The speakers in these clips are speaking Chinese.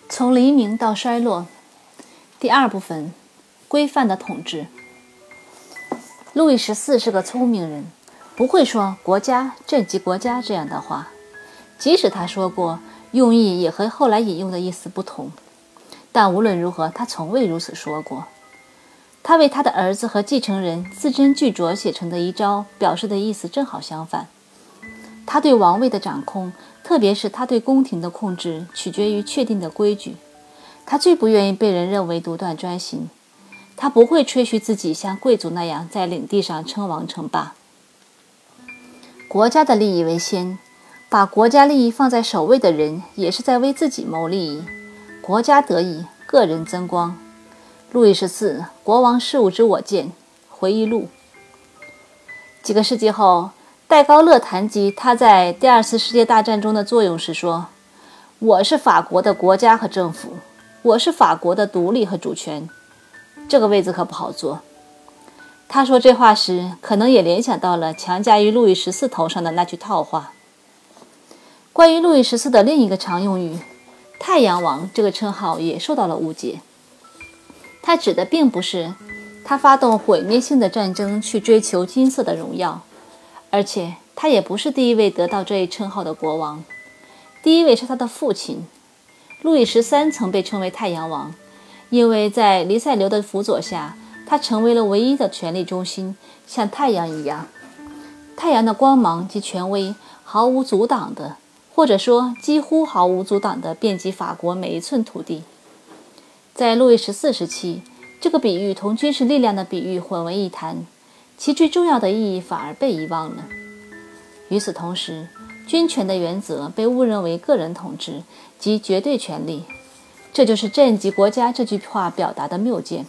从黎明到衰落。第二部分，规范的统治。路易14是个聪明人，不会说国家、朕即国家这样的话，即使他说过，用意也和后来引用的意思不同。但无论如何，他从未如此说过。他为他的儿子和继承人字斟句酌写成的遗诏表示的意思正好相反。他对王位的掌控，特别是他对宫廷的控制，取决于确定的规矩。他最不愿意被人认为独断专行。他不会吹嘘自己像贵族那样在领地上称王称霸。国家的利益为先，把国家利益放在首位的人，也是在为自己谋利益。国家得益，个人增光。路易14，国王事务之我见，回忆录。几个世纪后，戴高乐谈及他在第二次世界大战中的作用时说：“我是法国的国家和政府，我是法国的独立和主权。”这个位子可不好做。他说这话时，可能也联想到了强加于路易14头上的那句套话。关于路易14的另一个常用语“太阳王”这个称号也受到了误解。他指的并不是他发动毁灭性的战争去追求金色的荣耀，而且他也不是第一位得到这一称号的国王。第一位是他的父亲。路易13曾被称为太阳王，因为在黎塞留的辅佐下，他成为了唯一的权力中心，像太阳一样。太阳的光芒及权威毫无阻挡的，或者说几乎毫无阻挡地遍及法国每一寸土地。在路易14时期，这个比喻同军事力量的比喻混为一谈，其最重要的意义反而被遗忘了。与此同时，军权的原则被误认为个人统治及绝对权力，这就是朕即国家这句话表达的谬见。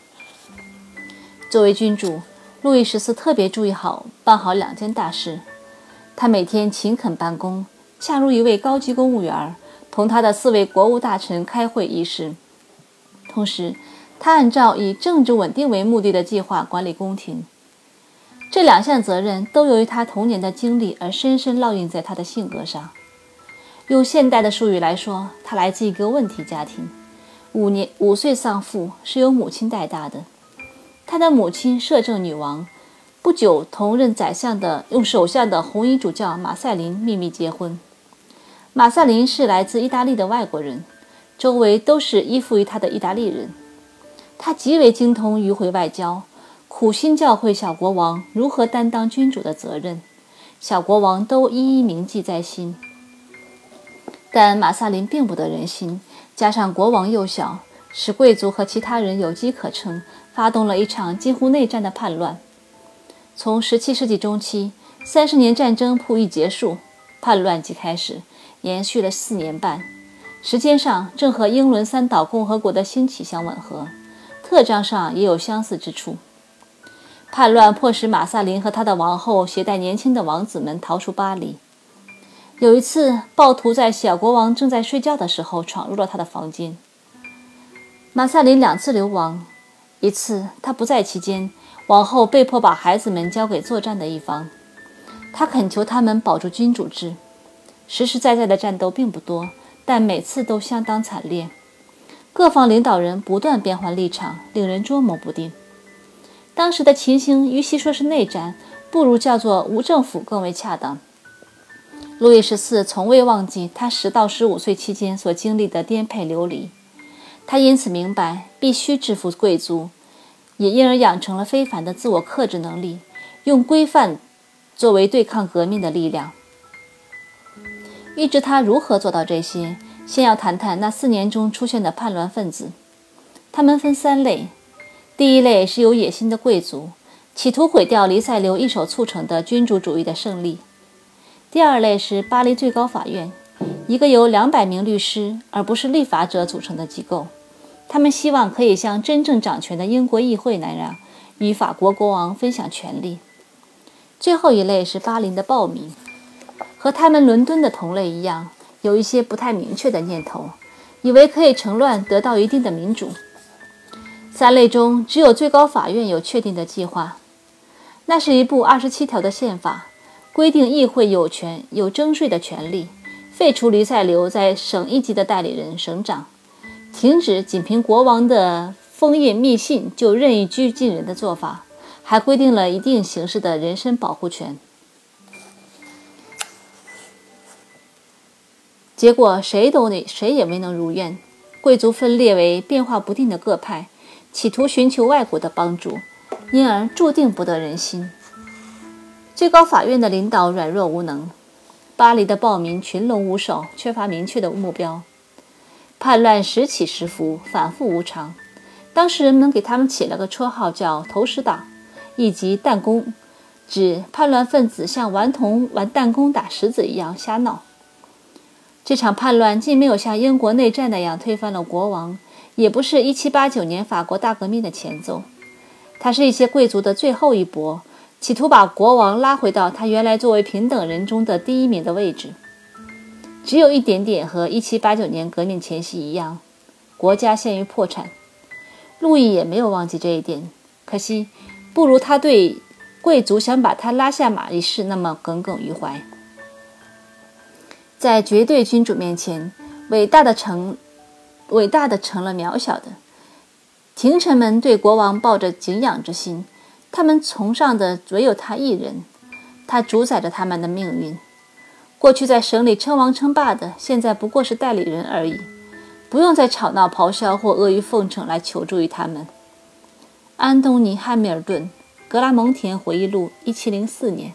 作为君主，路易14特别注意办好两件大事。他每天勤恳办公，恰如一位高级公务员，同他的4位国务大臣开会议事。同时，他按照以政治稳定为目的的计划管理宫廷。这两项责任都由于他童年的经历而深深烙印在他的性格上。用现代的术语来说，他来自一个问题家庭，5岁丧父，是由母亲带大的。他的母亲摄政女王，不久同任宰相的用首相的红衣主教马塞林秘密结婚。马塞林是来自意大利的外国人，周围都是依附于他的意大利人。他极为精通迂回外交，苦心教诲小国王如何担当君主的责任，小国王都一一铭记在心。但马萨林并不得人心，加上国王幼小，使贵族和其他人有机可乘，发动了一场近乎内战的叛乱。从17世纪中期30年战争甫一结束，叛乱即开始，延续了4年半，时间上正和英伦三岛共和国的兴起相吻合，特征上也有相似之处。叛乱迫使马萨林和他的王后携带年轻的王子们逃出巴黎。有一次，暴徒在小国王正在睡觉的时候闯入了他的房间。马萨林2次流亡，一次他不在期间，王后被迫把孩子们交给作战的一方。他恳求他们保住君主制。实实在在的战斗并不多，但每次都相当惨烈。各方领导人不断变换立场，令人捉摸不定。当时的情形与其说是内战，不如叫做无政府更为恰当。路易14从未忘记他10到15岁期间所经历的颠沛流离，他因此明白必须制服贵族，也因而养成了非凡的自我克制能力，用规范作为对抗革命的力量。预知他如何做到这些，先要谈谈那4年中出现的叛乱分子。他们分3类。第一类是有野心的贵族，企图毁掉黎塞留一手促成的君主主义的胜利。第二类是巴黎最高法院，一个由200名律师而不是立法者组成的机构。他们希望可以像真正掌权的英国议会那样，与法国国王分享权力。最后一类是巴黎的暴民，和他们伦敦的同类一样，有一些不太明确的念头，以为可以乘乱得到一定的民主。3类中只有最高法院有确定的计划，那是一部27条的宪法，规定议会有征税的权利，废除黎塞留在省一级的代理人省长， 停止仅凭国王的封印密信就任意拘禁人的做法，还规定了一定形式的人身保护权。结果谁也没能如愿，贵族分裂为变化不定的各派，企图寻求外国的帮助，因而注定不得人心。最高法院的领导软弱无能，巴黎的暴民群龙无首，缺乏明确的目标。叛乱时起时伏，反复无常。当时人们给他们起了个绰号叫投石党，以及弹弓，指叛乱分子像顽童玩弹弓打石子一样瞎闹。这场叛乱既没有像英国内战那样推翻了国王，也不是1789年法国大革命的前奏，它是一些贵族的最后一搏，企图把国王拉回到他原来作为平等人中的第一名的位置。只有一点点和1789年革命前夕一样，国家陷于破产。路易也没有忘记这一点，可惜不如他对贵族想把他拉下马一事那么耿耿于怀。在绝对君主面前，伟大的成了渺小的。廷臣们对国王抱着敬仰之心，他们崇尚的唯有他一人，他主宰着他们的命运。过去在省里称王称霸的，现在不过是代理人而已，不用再吵闹咆哮或阿谀奉承来求助于他们。安东尼·汉密尔顿，格拉蒙田回忆录，1704年。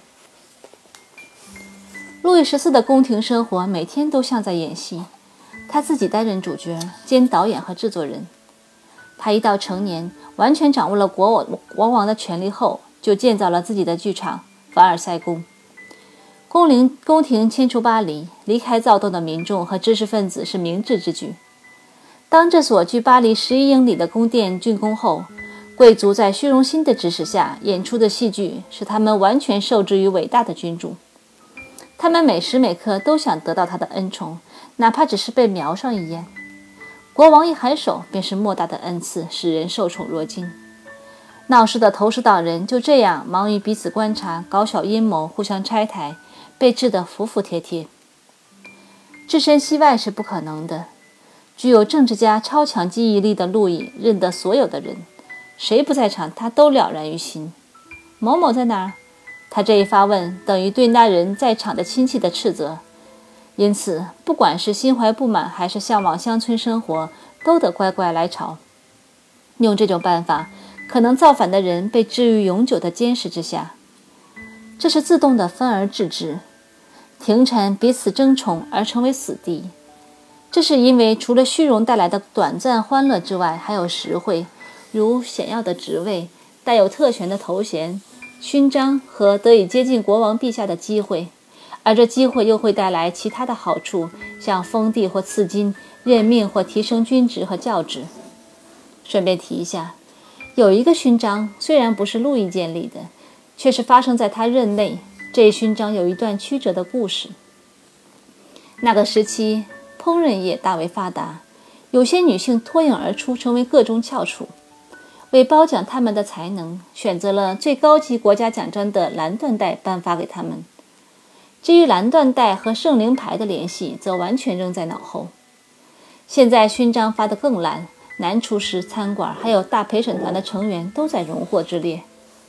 路易14的宫廷生活每天都像在演戏，他自己担任主角，兼导演和制作人。他一到成年，完全掌握了国王的权力后，就建造了自己的剧场凡尔赛宫。宫廷迁出巴黎，离开躁动的民众和知识分子是明智之举。当这所距巴黎11英里的宫殿竣工后，贵族在虚荣心的指使下演出的戏剧使他们完全受制于伟大的君主。他们每时每刻都想得到他的恩宠，哪怕只是被瞄上一眼。国王一颔首便是莫大的恩赐，使人受宠若惊。闹事的投石党人就这样忙于彼此观察，搞小阴谋，互相拆台，被治得服服帖帖。置身戏外是不可能的。具有政治家超强记忆力的路易认得所有的人，谁不在场他都了然于心。某某在哪儿？他这一发问等于对那人在场的亲戚的斥责，因此不管是心怀不满还是向往乡村生活，都得乖乖来朝。用这种办法，可能造反的人被置于永久的监视之下。这是自动的分而治之，廷臣彼此争宠而成为死敌。这是因为除了虚荣带来的短暂欢乐之外，还有实惠，如显要的职位、带有特权的头衔、勋章和得以接近国王陛下的机会，而这机会又会带来其他的好处，像封地或赐金、任命或提升军职和教职。顺便提一下，有一个勋章虽然不是路易建立的，却是发生在他任内。这一勋章有一段曲折的故事。那个时期，烹饪业大为发达，有些女性脱颖而出，成为各中翘楚。为褒奖他们的才能，选择了最高级国家奖章的蓝缎带颁发给他们。至于蓝缎带和圣灵牌的联系，则完全扔在脑后。现在勋章发得更烂，男厨师、餐馆还有大陪审团的成员都在荣获之列。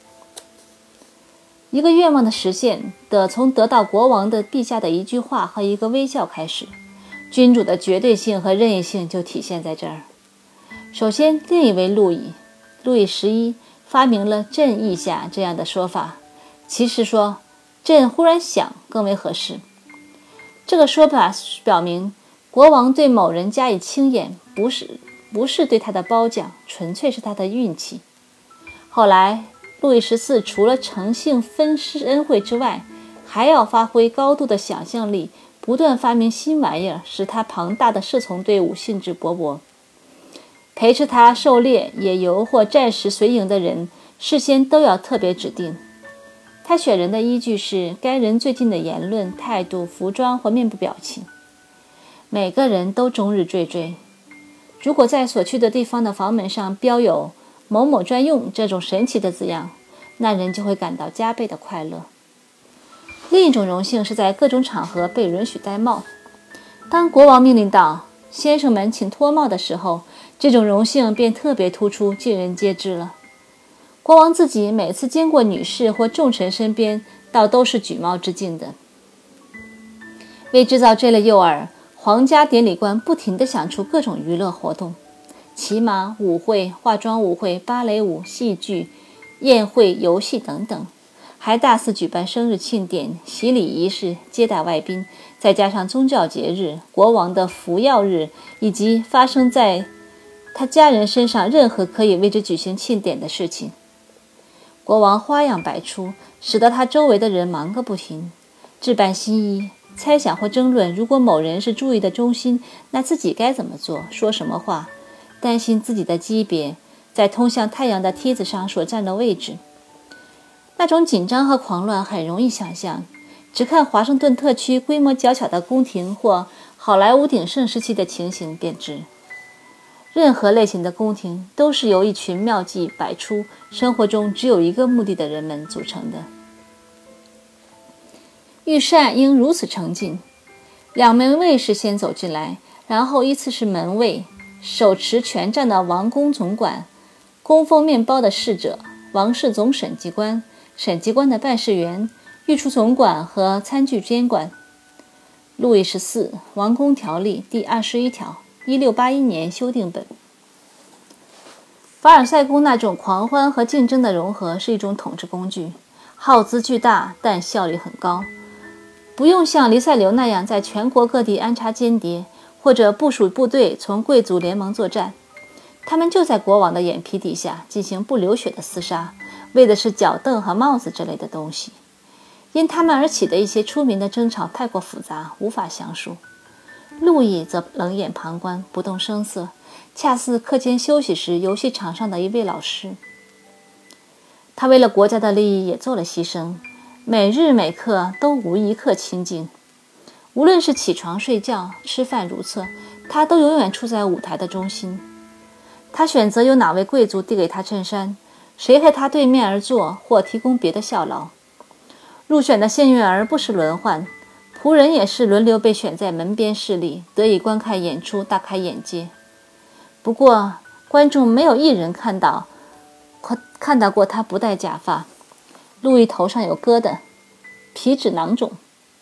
一个愿望的实现得从得到国王的陛下的一句话和一个微笑开始，君主的绝对性和任意性就体现在这儿。首先，另一位路易11发明了朕意下这样的说法，其实说朕忽然想更为合适。这个说法表明国王对某人加以轻眼，不是对他的褒奖，纯粹是他的运气。后来路易14除了诚信分施恩惠之外，还要发挥高度的想象力，不断发明新玩意儿，使他庞大的侍从队伍兴致勃勃。陪着他狩猎、野游或暂时随营的人，事先都要特别指定。他选人的依据是该人最近的言论、态度、服装或面部表情。每个人都终日惴惴。如果在所去的地方的房门上标有某某专用这种神奇的字样，那人就会感到加倍的快乐。另一种荣幸是在各种场合被允许戴帽。当国王命令道先生们请脱帽的时候，这种荣幸便特别突出，尽人皆知了。国王自己每次经过女士或重臣身边，倒都是举帽致敬的。为制造这类诱饵，皇家典礼官不停地想出各种娱乐活动，骑马、舞会、化妆舞会、芭蕾舞、戏剧、宴会、游戏等等，还大肆举办生日庆典、洗礼仪式、接待外宾，再加上宗教节日、国王的服药日，以及发生在他家人身上任何可以为之举行庆典的事情。国王花样百出，使得他周围的人忙个不停，置办新衣，猜想或争论，如果某人是注意的中心，那自己该怎么做，说什么话，担心自己的级别在通向太阳的梯子上所占的位置。那种紧张和狂乱很容易想象，只看华盛顿特区规模较小的宫廷或好莱坞鼎盛时期的情形便知。任何类型的宫廷都是由一群妙计百出、生活中只有一个目的的人们组成的。御膳应如此成进，两门卫士先走进来，然后依次是门卫、手持权杖的王宫总管、供奉面包的侍者、王室总审计官、审计官的办事员、御厨总管和餐具监管。路易14王宫条例第21条1681年修订本。凡尔赛宫那种狂欢和竞争的融合是一种统治工具，耗资巨大，但效率很高。不用像黎塞留那样在全国各地安插间谍，或者部署部队从贵族联盟作战，他们就在国王的眼皮底下进行不流血的厮杀，为的是脚凳和帽子之类的东西。因他们而起的一些出名的争吵太过复杂，无法详述。路易则冷眼旁观，不动声色，恰似课间休息时游戏场上的一位老师。他为了国家的利益也做了牺牲，每日每刻都无一刻清静。无论是起床睡觉、吃饭如厕，他都永远处在舞台的中心。他选择由哪位贵族递给他衬衫，谁和他对面而坐，或提供别的效劳。入选的幸运儿不时轮换，仆人也是轮流被选在门边侍立，得以观看演出，大开眼界。不过观众没有一人看到过他不戴假发。路易头上有疙瘩，皮脂囊肿。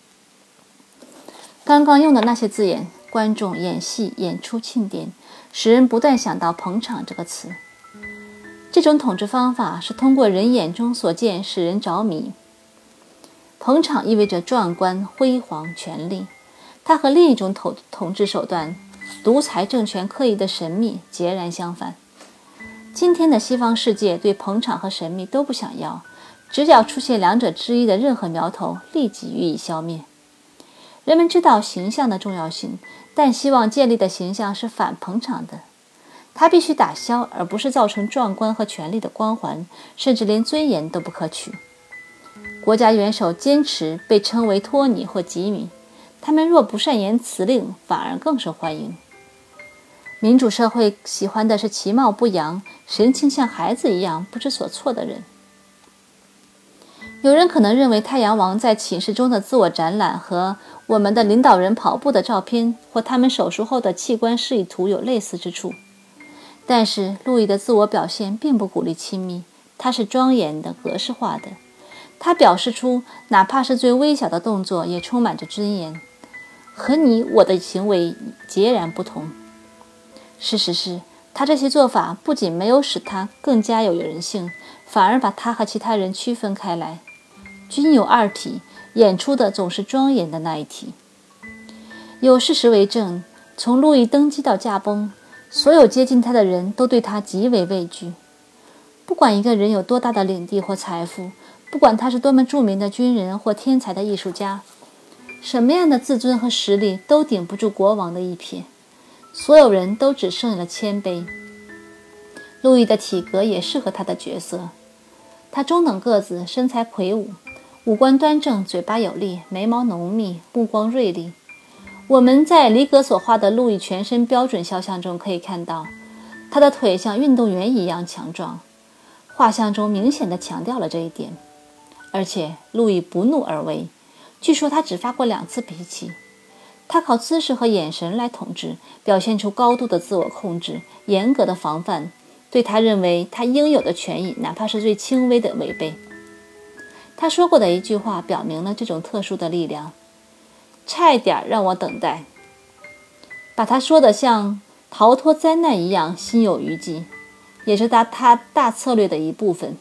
刚刚用的那些字眼，观众、演戏、演出、庆典，使人不断想到捧场这个词。这种统治方法是通过人眼中所见使人着迷。捧场意味着壮观、辉煌、权力，它和另一种统治手段独裁政权刻意的神秘截然相反。今天的西方世界对捧场和神秘都不想要，只要出现两者之一的任何苗头，立即予以消灭。人们知道形象的重要性，但希望建立的形象是反捧场的，它必须打消，而不是造成壮观和权力的光环，甚至连尊严都不可取。国家元首坚持被称为托尼或吉米，他们若不善言辞令，反而更受欢迎。民主社会喜欢的是其貌不扬、神情像孩子一样不知所措的人。有人可能认为太阳王在寝室中的自我展览和我们的领导人跑步的照片或他们手术后的器官示意图有类似之处，但是路易的自我表现并不鼓励亲密，它是庄严的、格式化的。他表示出哪怕是最微小的动作也充满着尊严，和你我的行为截然不同。事实是，他这些做法不仅没有使他更加有人性，反而把他和其他人区分开来。均有二体，演出的总是庄严的那一体。有事实为证，从路易登基到驾崩，所有接近他的人都对他极为畏惧。不管一个人有多大的领地或财富，不管他是多么著名的军人或天才的艺术家，什么样的自尊和实力都顶不住国王的一瞥。所有人都只剩了谦卑。路易的体格也适合他的角色，他中等个子，身材魁梧，五官端正，嘴巴有力，眉毛浓密，目光锐利。我们在里格所画的路易全身标准肖像中可以看到，他的腿像运动员一样强壮。画像中明显地强调了这一点。而且路易不怒而为，据说他只发过2次脾气。 他靠姿势和眼神来统治，表现出高度的自我控制，严格的防范对他认为他应有的权益，哪怕是最轻微的违背。他说过的一句话表明了这种特殊的力量：差一点让我等待。把他说得像逃脱灾难一样心有余悸，也是他大策略的一部分。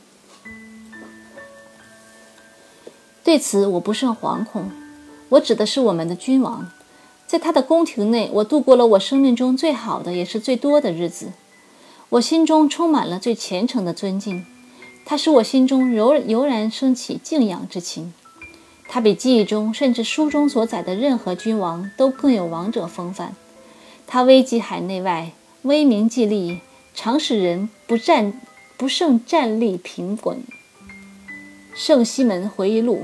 对此我不甚惶恐，我指的是我们的君王。在他的宫廷内，我度过了我生命中最好的也是最多的日子。我心中充满了最虔诚的尊敬，他使我心中油然升起敬仰之情。他比记忆中甚至书中所载的任何君王都更有王者风范。他危及海内外，威名既立，常使人不胜战栗平滚。圣西门回忆录。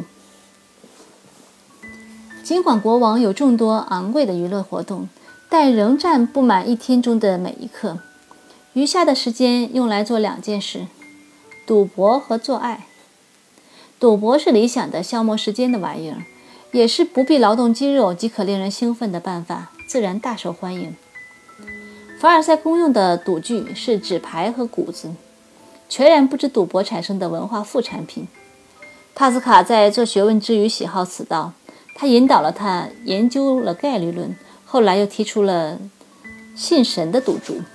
尽管国王有众多昂贵的娱乐活动，但仍占不满一天中的每一刻。余下的时间用来做2件事：赌博和做爱。赌博是理想的消磨时间的玩意儿，也是不必劳动肌肉即可令人兴奋的办法，自然大受欢迎。凡尔赛宫用的赌具是纸牌和谷子，全然不知赌博产生的文化副产品。帕斯卡在做学问之余喜好此道，他引导了他研究了概率论，后来又提出了信神的赌注。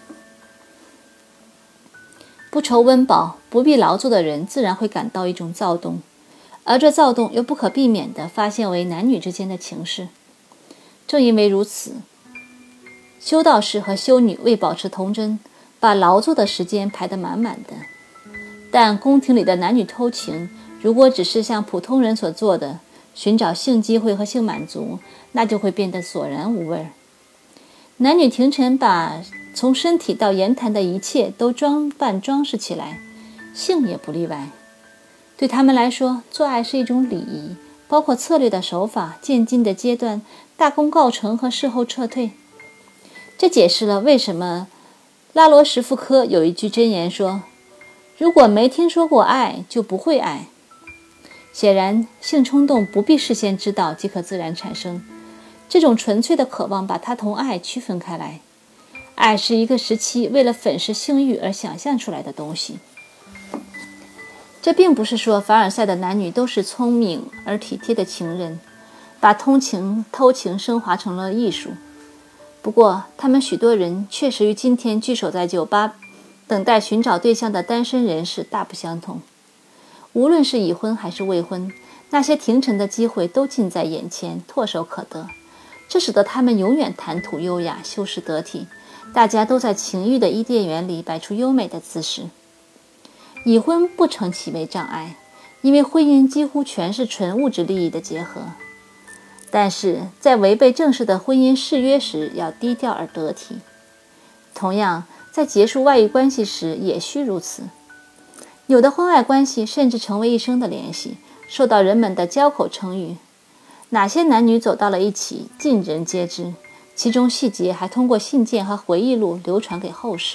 不愁温饱、不必劳作的人自然会感到一种躁动，而这躁动又不可避免地发现为男女之间的情事。正因为如此，修道士和修女为保持童真，把劳作的时间排得满满的。但宫廷里的男女偷情，如果只是像普通人所做的寻找性机会和性满足，那就会变得索然无味。男女廷臣把从身体到言谈的一切都装饰起来，性也不例外。对他们来说，做爱是一种礼仪，包括策略的手法、渐进的阶段、大功告成和事后撤退。这解释了为什么拉罗什福科有一句箴言说：如果没听说过爱，就不会爱。显然，性冲动不必事先知道即可自然产生，这种纯粹的渴望把它同爱区分开来。爱是一个时期为了粉饰性欲而想象出来的东西。这并不是说凡尔赛的男女都是聪明而体贴的情人，把偷情升华成了艺术。不过，他们许多人确实与今天聚首在酒吧等待寻找对象的单身人士大不相同。无论是已婚还是未婚，那些廷臣的机会都近在眼前，唾手可得。这使得他们永远谈吐优雅，修饰得体，大家都在情欲的伊甸园里摆出优美的姿势。已婚不成其为障碍，因为婚姻几乎全是纯物质利益的结合。但是在违背正式的婚姻誓约时，要低调而得体。同样，在结束外遇关系时也需如此。有的婚外关系甚至成为一生的联系，受到人们的交口称誉。哪些男女走到了一起，尽人皆知，其中细节还通过信件和回忆录流传给后世。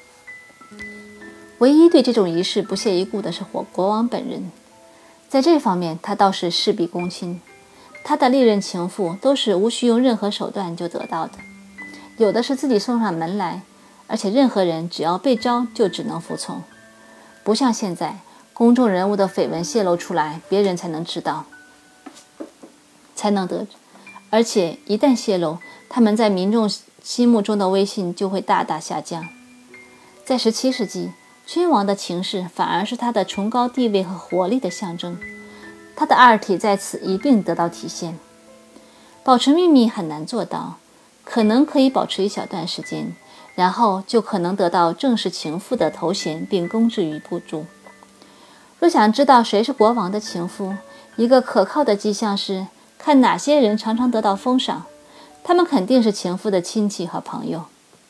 唯一对这种仪式不屑一顾的是国王本人，在这方面他倒是事必躬亲。他的历任情妇都是无需用任何手段就得到的，有的是自己送上门来，而且任何人只要被招就只能服从。不像现在，公众人物的绯闻泄露出来，别人才能知道，而且一旦泄露，他们在民众心目中的威信就会大大下降。在17世纪，君王的情事反而是他的崇高地位和活力的象征，他的二体在此一并得到体现。保持秘密很难做到，可能可以保持一小段时间，然后就可能得到正式情妇的头衔并公之于不注。若想知道谁是国王的情妇，一个可靠的迹象是看哪些人常常得到封赏，他们肯定是情妇的亲戚和朋友。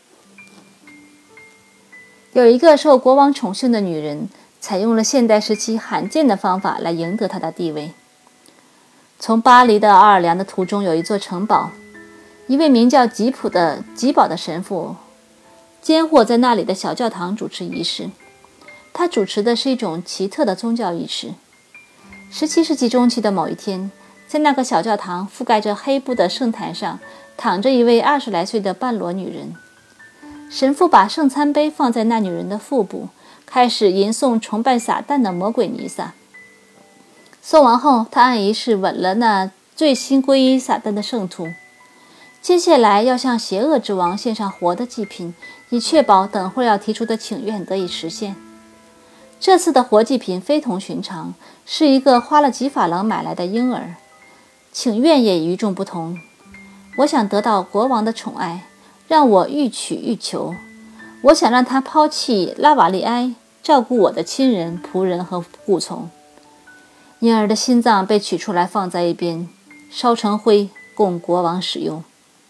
有一个受国王宠幸的女人，采用了现代时期罕见的方法来赢得她的地位。从巴黎到奥尔良的途中有一座城堡，一位名叫吉宝的神父监获在那里的小教堂主持仪式。他主持的是一种奇特的宗教仪式。17世纪中期的某一天， 在那个小教堂覆盖着黑布的圣坛上，躺着一位20来岁的半裸女人。神父把圣餐杯放在那女人的腹部，开始吟诵崇拜撒旦的魔鬼弥撒。诵完后，他按仪式吻了那最新皈依撒旦的圣徒。接下来要向邪恶之王献上活的祭品，以确保等会儿要提出的请愿得以实现。这次的活祭品非同寻常，是一个花了几法郎买来的婴儿。请愿也与众不同。我想得到国王的宠爱，让我欲取欲求。我想让他抛弃拉瓦利埃，照顾我的亲人、仆人和雇从。婴儿的心脏被取出来放在一边，烧成灰，供国王使用。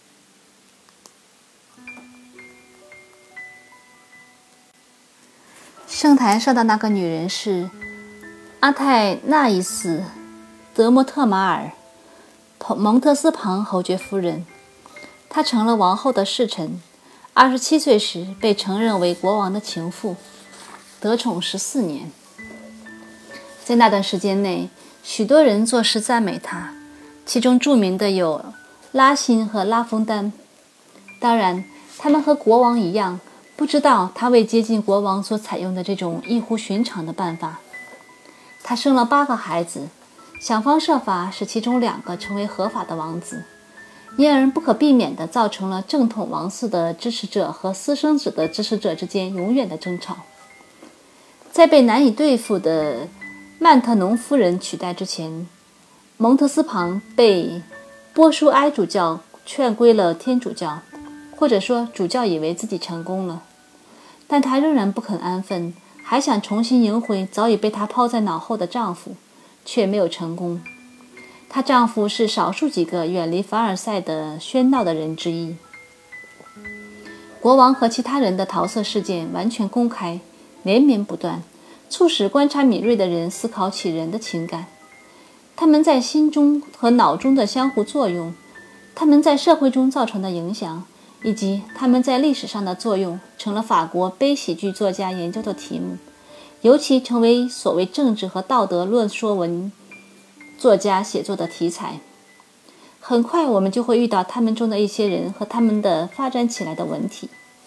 圣坛上的那个女人是阿泰纳伊斯·德莫特马尔，蒙特斯庞侯爵夫人。她成了王后的侍臣，27岁时被承认为国王的情妇，得宠14年。在那段时间内，许多人作诗赞美她，其中著名的有拉辛和拉封丹。当然，他们和国王一样，不知道他为接近国王所采用的这种异乎寻常的办法。他生了8个孩子，想方设法使其中2个成为合法的王子，因而不可避免地造成了正统王室的支持者和私生子的支持者之间永远的争吵。在被难以对付的曼特农夫人取代之前，蒙特斯庞被波舒埃主教劝归了天主教，或者说主教以为自己成功了，但她仍然不肯安分，还想重新赢回早已被她抛在脑后的丈夫，却没有成功。她丈夫是少数几个远离凡尔赛的喧闹的人之一。国王和其他人的桃色事件完全公开，连绵不断，促使观察敏锐的人思考起人的情感，他们在心中和脑中的相互作用，他们在社会中造成的影响，以及他们在历史上的作用，成了法国悲喜剧作家研究的题目，尤其成为所谓政治和道德论说文作家写作的题材。很快我们就会遇到他们中的一些人和他们的发展起来的文体。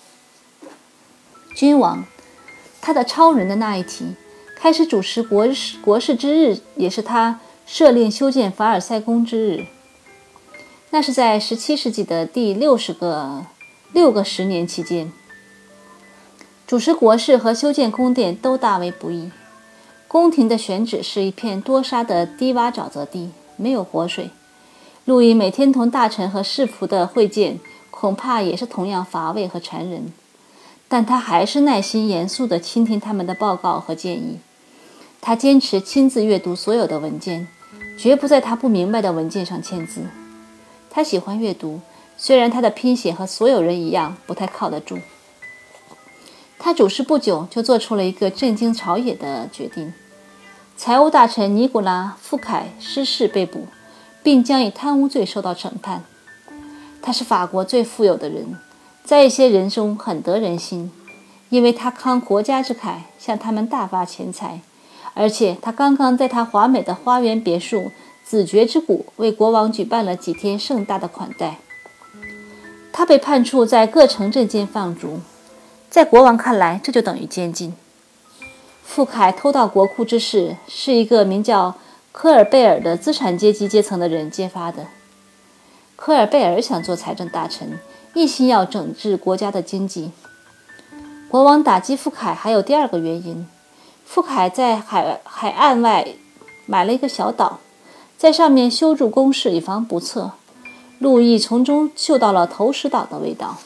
君王，他的超人的那一题，开始主持国事之日，也是他设令修建凡尔赛宫之日。那是在17世纪的第6个10年期间。主持国事和修建宫殿都大为不易。宫廷的选址是一片多沙的低洼沼泽地，没有活水。路易每天同大臣和士仆的会见，恐怕也是同样乏味和缠人，但他还是耐心严肃地倾听他们的报告和建议。他坚持亲自阅读所有的文件，绝不在他不明白的文件上签字。他喜欢阅读，虽然他的拼写和所有人一样不太靠得住。他主事不久就做出了一个震惊朝野的决定：财务大臣尼古拉·富凯失势被捕，并将以贪污罪受到审判。他是法国最富有的人，在一些人中很得人心，因为他慷国家之慨，向他们大发钱财，而且他刚刚在他华美的花园别墅子爵之谷为国王举办了几天盛大的款待。他被判处在各城镇间放逐，在国王看来，这就等于监禁。富凯偷盗国库之事是一个名叫科尔贝尔的资产阶层的人揭发的。科尔贝尔想做财政大臣，一心要整治国家的经济。国王打击富凯还有第2个原因：富凯在海岸外买了一个小岛，在上面修筑工事以防不测。路易从中嗅到了投石岛的味道。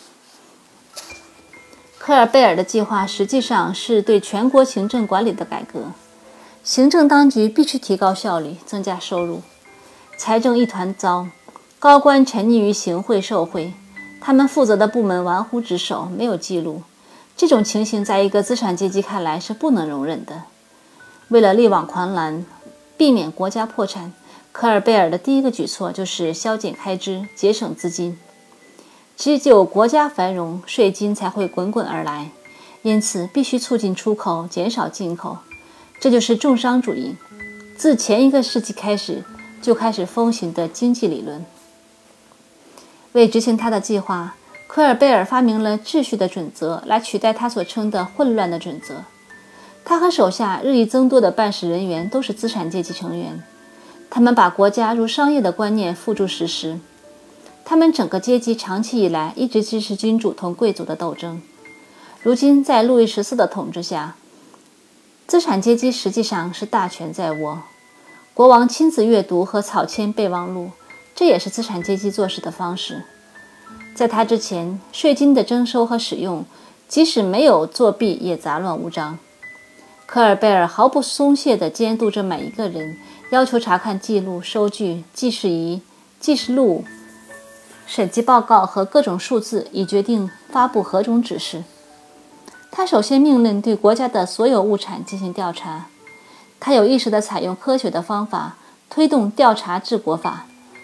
科尔贝尔的计划实际上是对全国行政管理的改革。行政当局必须提高效率，增加收入。财政一团糟，高官沉溺于行贿受贿，他们负责的部门玩忽职守，没有记录。这种情形在一个资产阶级看来是不能容忍的。为了力挽狂澜，避免国家破产，科尔贝尔的第1个举措就是削减开支，节省资金。只有国家繁荣，税金才会滚滚而来，因此必须促进出口，减少进口。这就是重商主义。自前1个世纪开始， 就开始风行的经济理论。为执行他的计划，科尔贝尔发明了秩序的准则来取代他所称的混乱的准则。他和手下日益增多的办事人员都是资产阶级成员，他们把国家如商业的观念付诸实施。他们整个阶级长期以来一直支持君主同贵族的斗争。如今在路易14的统治下，资产阶级实际上是大权在握。国王亲自阅读和草签备忘录，这也是资产阶级做事的方式。在他之前，税金的征收和使用，即使没有作弊也杂乱无章。科尔贝尔毫不松懈地监督着每一个人，要求查看记录、收据、记事仪、记事录、审计报告和各种数字，以决定发布何种指示。他首先命令对国家的所有物产进行调查。他有意识地采用科学的方法，推动调查治国法。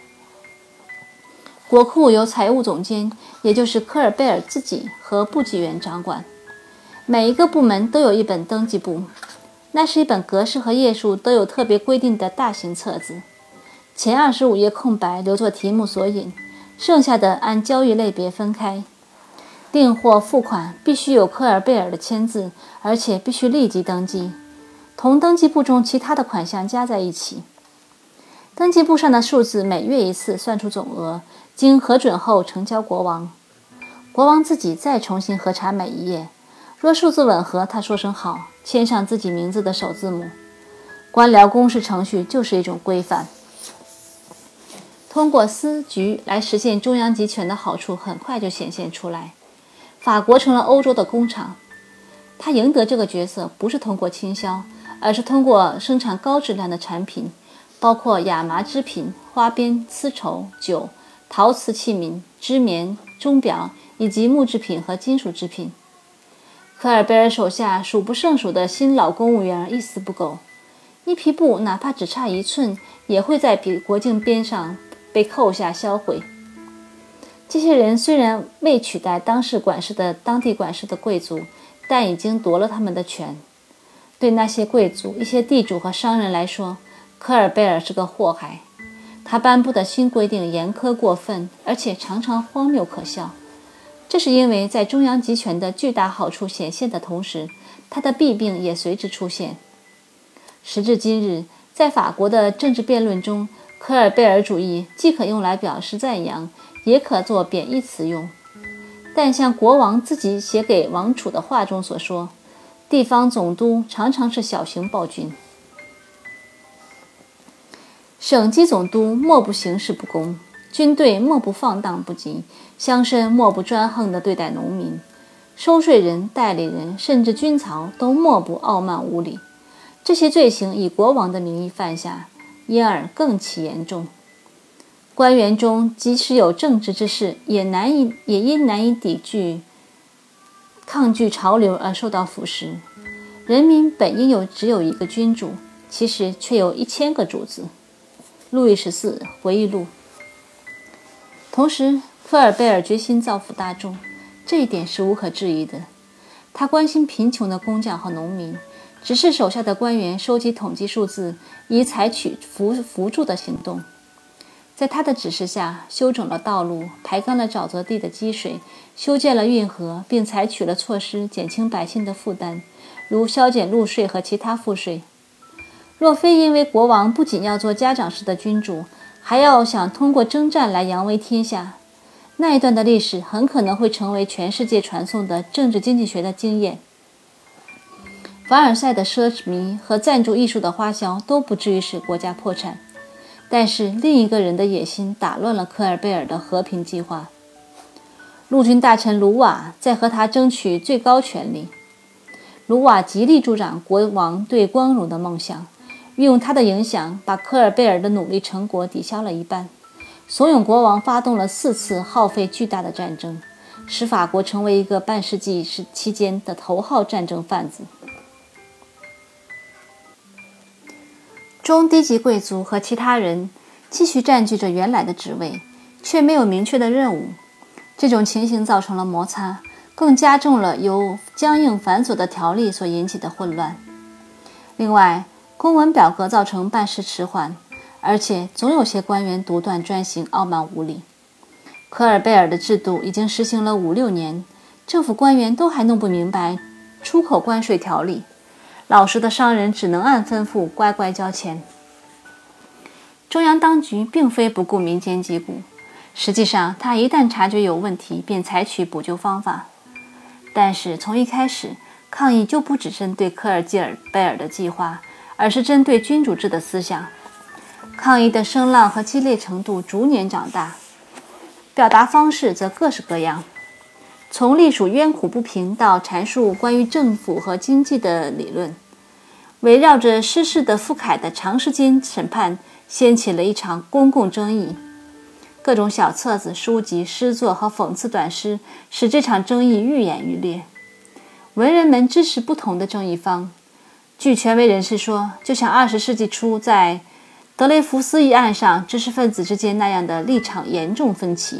国库由财务总监，也就是科尔贝尔自己和部级员掌管。每一个部门都有一本登记簿，那是一本格式和页数都有特别规定的大型册子。前25页空白留作题目索引，剩下的按交易类别分开。订货付款必须有科尔贝尔的签字，而且必须立即登记，同登记簿中其他的款项加在一起。登记簿上的数字每月一次算出总额，经核准后呈交国王。国王自己再重新核查每一页，若数字吻合，他说声好，签上自己名字的首字母。官僚公示程序就是一种规范。通过司局来实现中央集权的好处很快就显现出来。法国成了欧洲的工厂，他赢得这个角色不是通过倾销，而是通过生产高质量的产品，包括亚麻织品、花边、丝绸、酒、陶瓷器皿、织棉、钟表以及木制品和金属制品。科尔贝尔手下数不胜数的新老公务员一丝不苟，一匹布哪怕只差1寸，也会在国境边上被扣下销毁。这些人虽然未取代当地管事的贵族，但已经夺了他们的权。对那些贵族、一些地主和商人来说，科尔贝尔是个祸害。他颁布的新规定严苛过分，而且常常荒谬可笑。这是因为在中央集权的巨大好处显现的同时，他的弊病也随之出现。时至今日，在法国的政治辩论中，科尔贝尔主义既可用来表示赞扬，也可做贬义词用。但像国王自己写给王储的话中所说，地方总督常常是小型暴君，省级总督莫不行事不公，军队莫不放荡不羁，乡绅莫不专横地对待农民，收税人、代理人甚至军曹都莫不傲慢无礼。这些罪行以国王的名义犯下，因而更其严重。官员中即使有正直之士，也因难以抗拒潮流而受到腐蚀。人民本应只有一个君主，其实却有1000个主子。路易14回忆录。同时，科尔贝尔决心造福大众，这一点是无可置疑的。他关心贫穷的工匠和农民，指示手下的官员收集统计数字，以采取扶助的行动。在他的指示下，修整了道路，排干了沼泽地的积水，修建了运河，并采取了措施减轻百姓的负担，如削减路税和其他赋税。若非因为国王不仅要做家长式的君主，还要想通过征战来扬威天下，那一段的历史很可能会成为全世界传颂的政治经济学的经验。凡尔赛的奢靡和赞助艺术的花销都不至于使国家破产。但是另一个人的野心打乱了科尔贝尔的和平计划。陆军大臣卢瓦在和他争取最高权力。卢瓦极力助长国王对光荣的梦想，运用他的影响把科尔贝尔的努力成果抵消了一半，怂恿国王发动了4次耗费巨大的战争，使法国成为一个半世纪期间的头号战争贩子。中低级贵族和其他人继续占据着原来的职位，却没有明确的任务。这种情形造成了摩擦，更加重了由僵硬繁琐的条例所引起的混乱。另外，公文表格造成办事迟缓， 而且总有些官员独断专行，傲慢无礼。科尔贝尔的制度已经实行了5-6年，政府官员都还弄不明白出口关税条例，老实的商人只能按吩咐乖乖交钱。中央当局并非不顾民间疾苦，实际上他一旦察觉有问题，便采取补救方法。但是从一开始，抗议就不只针对科尔贝尔的计划，而是针对君主制的思想。抗议的声浪和激烈程度逐年长大，表达方式则各式各样，从隶属冤苦不平到阐述关于政府和经济的理论。围绕着失事的傅凯的长时间审判掀起了一场公共争议。各种小册子、书籍、诗作和讽刺短诗使这场争议愈演愈烈。文人们支持不同的争议方。据权威人士说，就像20世纪初在德雷福斯一案上知识分子之间那样的立场严重分歧。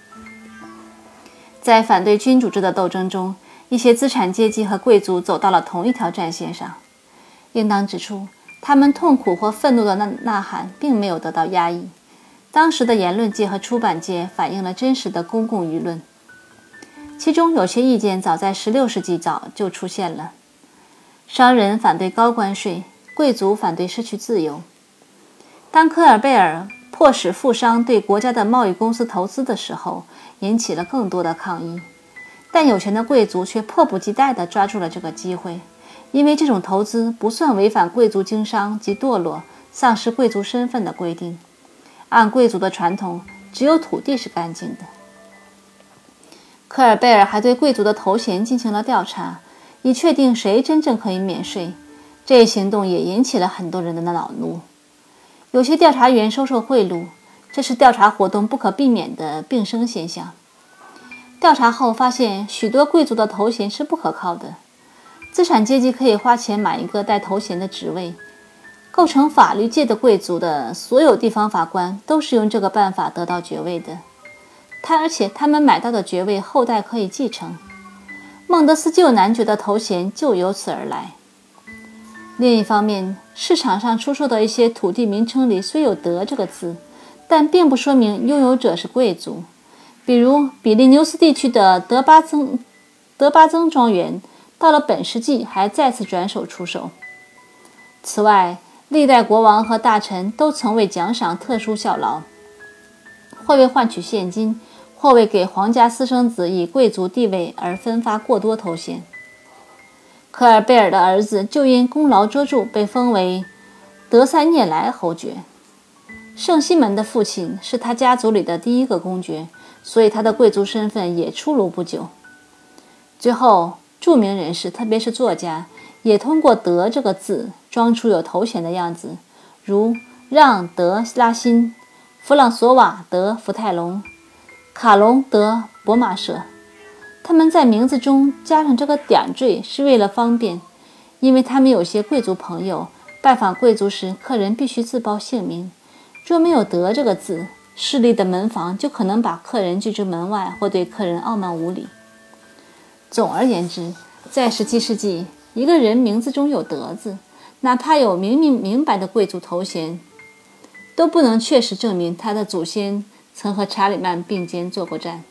在反对君主制的斗争中，一些资产阶级和贵族走到了同一条战线上。应当指出，他们痛苦或愤怒的呐喊并没有得到压抑。当时的言论界和出版界反映了真实的公共舆论，其中有些意见早在16世纪早就出现了。商人反对高关税，贵族反对失去自由。当科尔贝尔迫使富商对国家的贸易公司投资的时候，引起了更多的抗议。但有钱的贵族却迫不及待地抓住了这个机会，因为这种投资不算违反贵族经商及堕落、丧失贵族身份的规定。按贵族的传统，只有土地是干净的。科尔贝尔还对贵族的头衔进行了调查，以确定谁真正可以免税。这一行动也引起了很多人的恼怒。有些调查员收受贿赂，这是调查活动不可避免的并生现象。调查后发现，许多贵族的头衔是不可靠的。资产阶级可以花钱买一个带头衔的职位。构成法律界的贵族的所有地方法官都是用这个办法得到爵位的，而且他们买到的爵位后代可以继承。孟德斯鸠男爵的头衔就由此而来。另一方面，市场上出售的一些土地名称里虽有德这个字，但并不说明拥有者是贵族。比如比利牛斯地区的德巴曾庄园，到了本世纪还再次转手出售。此外，历代国王和大臣都曾为奖赏特殊效劳，或为换取现金，或为给皇家私生子以贵族地位而分发过多头衔。科尔贝尔的儿子就因功劳卓著被封为德塞涅莱侯爵。圣西门的父亲是他家族里的第一个公爵，所以他的贵族身份也出炉不久。最后，著名人士，特别是作家，也通过德这个字装出有头衔的样子，如让·德拉辛、弗朗索瓦·德福泰隆、卡隆·德博马舍。他们在名字中加上这个点缀是为了方便，因为他们有些贵族朋友拜访贵族时，客人必须自报姓名。若没有德这个字，势力的门房就可能把客人拒之门外，或对客人傲慢无礼。总而言之，在17世纪，一个人名字中有德字，哪怕有明白的贵族头衔，都不能确实证明他的祖先曾和查理曼并肩作过战。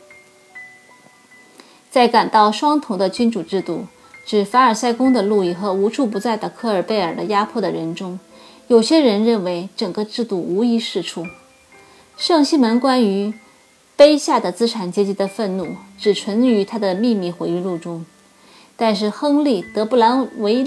在感到双头的君主制度，指凡尔赛宫的路易和无处不在的科尔贝尔的压迫的人中，有些人认为整个制度无一是处。圣西门关于卑下的资产阶级的愤怒只存于他的秘密回忆录中，但是亨利·德布兰维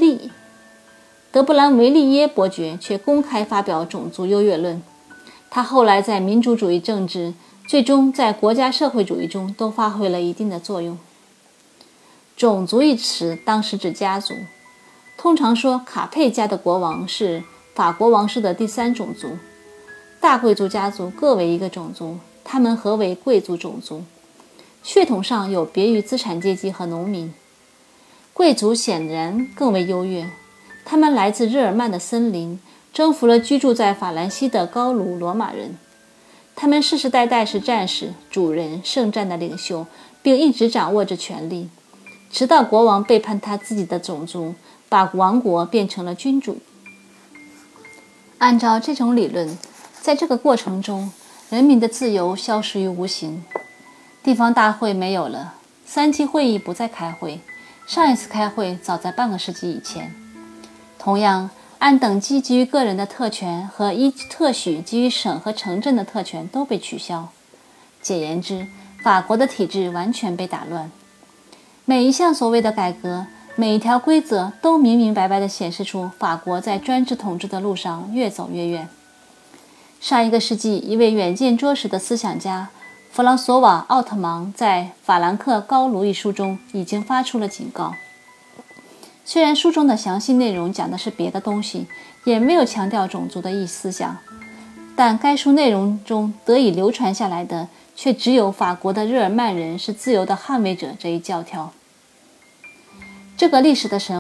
利耶伯爵却公开发表种族优越论。他后来在民主主义政治，最终在国家社会主义中都发挥了一定的作用。种族一词当时指家族，通常说卡佩家的国王是法国王室的第3种族。大贵族家族各为一个种族，他们合为贵族种族，血统上有别于资产阶级和农民。贵族显然更为优越，他们来自日耳曼的森林，征服了居住在法兰西的高卢罗马人。他们世世代代是战士、主人、圣战的领袖，并一直掌握着权力，直到国王背叛他自己的种族，把王国变成了君主。按照这种理论， 在这个过程中，人民的自由消失于无形。地方大会没有了，3级会议不再开会，上一次开会早在半个世纪以前。同样，按等级给予个人的特权和依特许给予省和城镇的特权都被取消。简言之，法国的体制完全被打乱。每一项所谓的改革，每一条规则都明明白白地显示出法国在专制统治的路上越走越远。上一个世纪，一位远见卓识的思想家弗朗索瓦·奥特芒在《法兰克高卢》一书中已经发出了警告。虽然书中的详细内容讲的是别的东西，也没有强调种族的思想，但该书内容中得以流传下来的，却只有法国的日耳曼人是自由的捍卫者这一教条。这个历史的神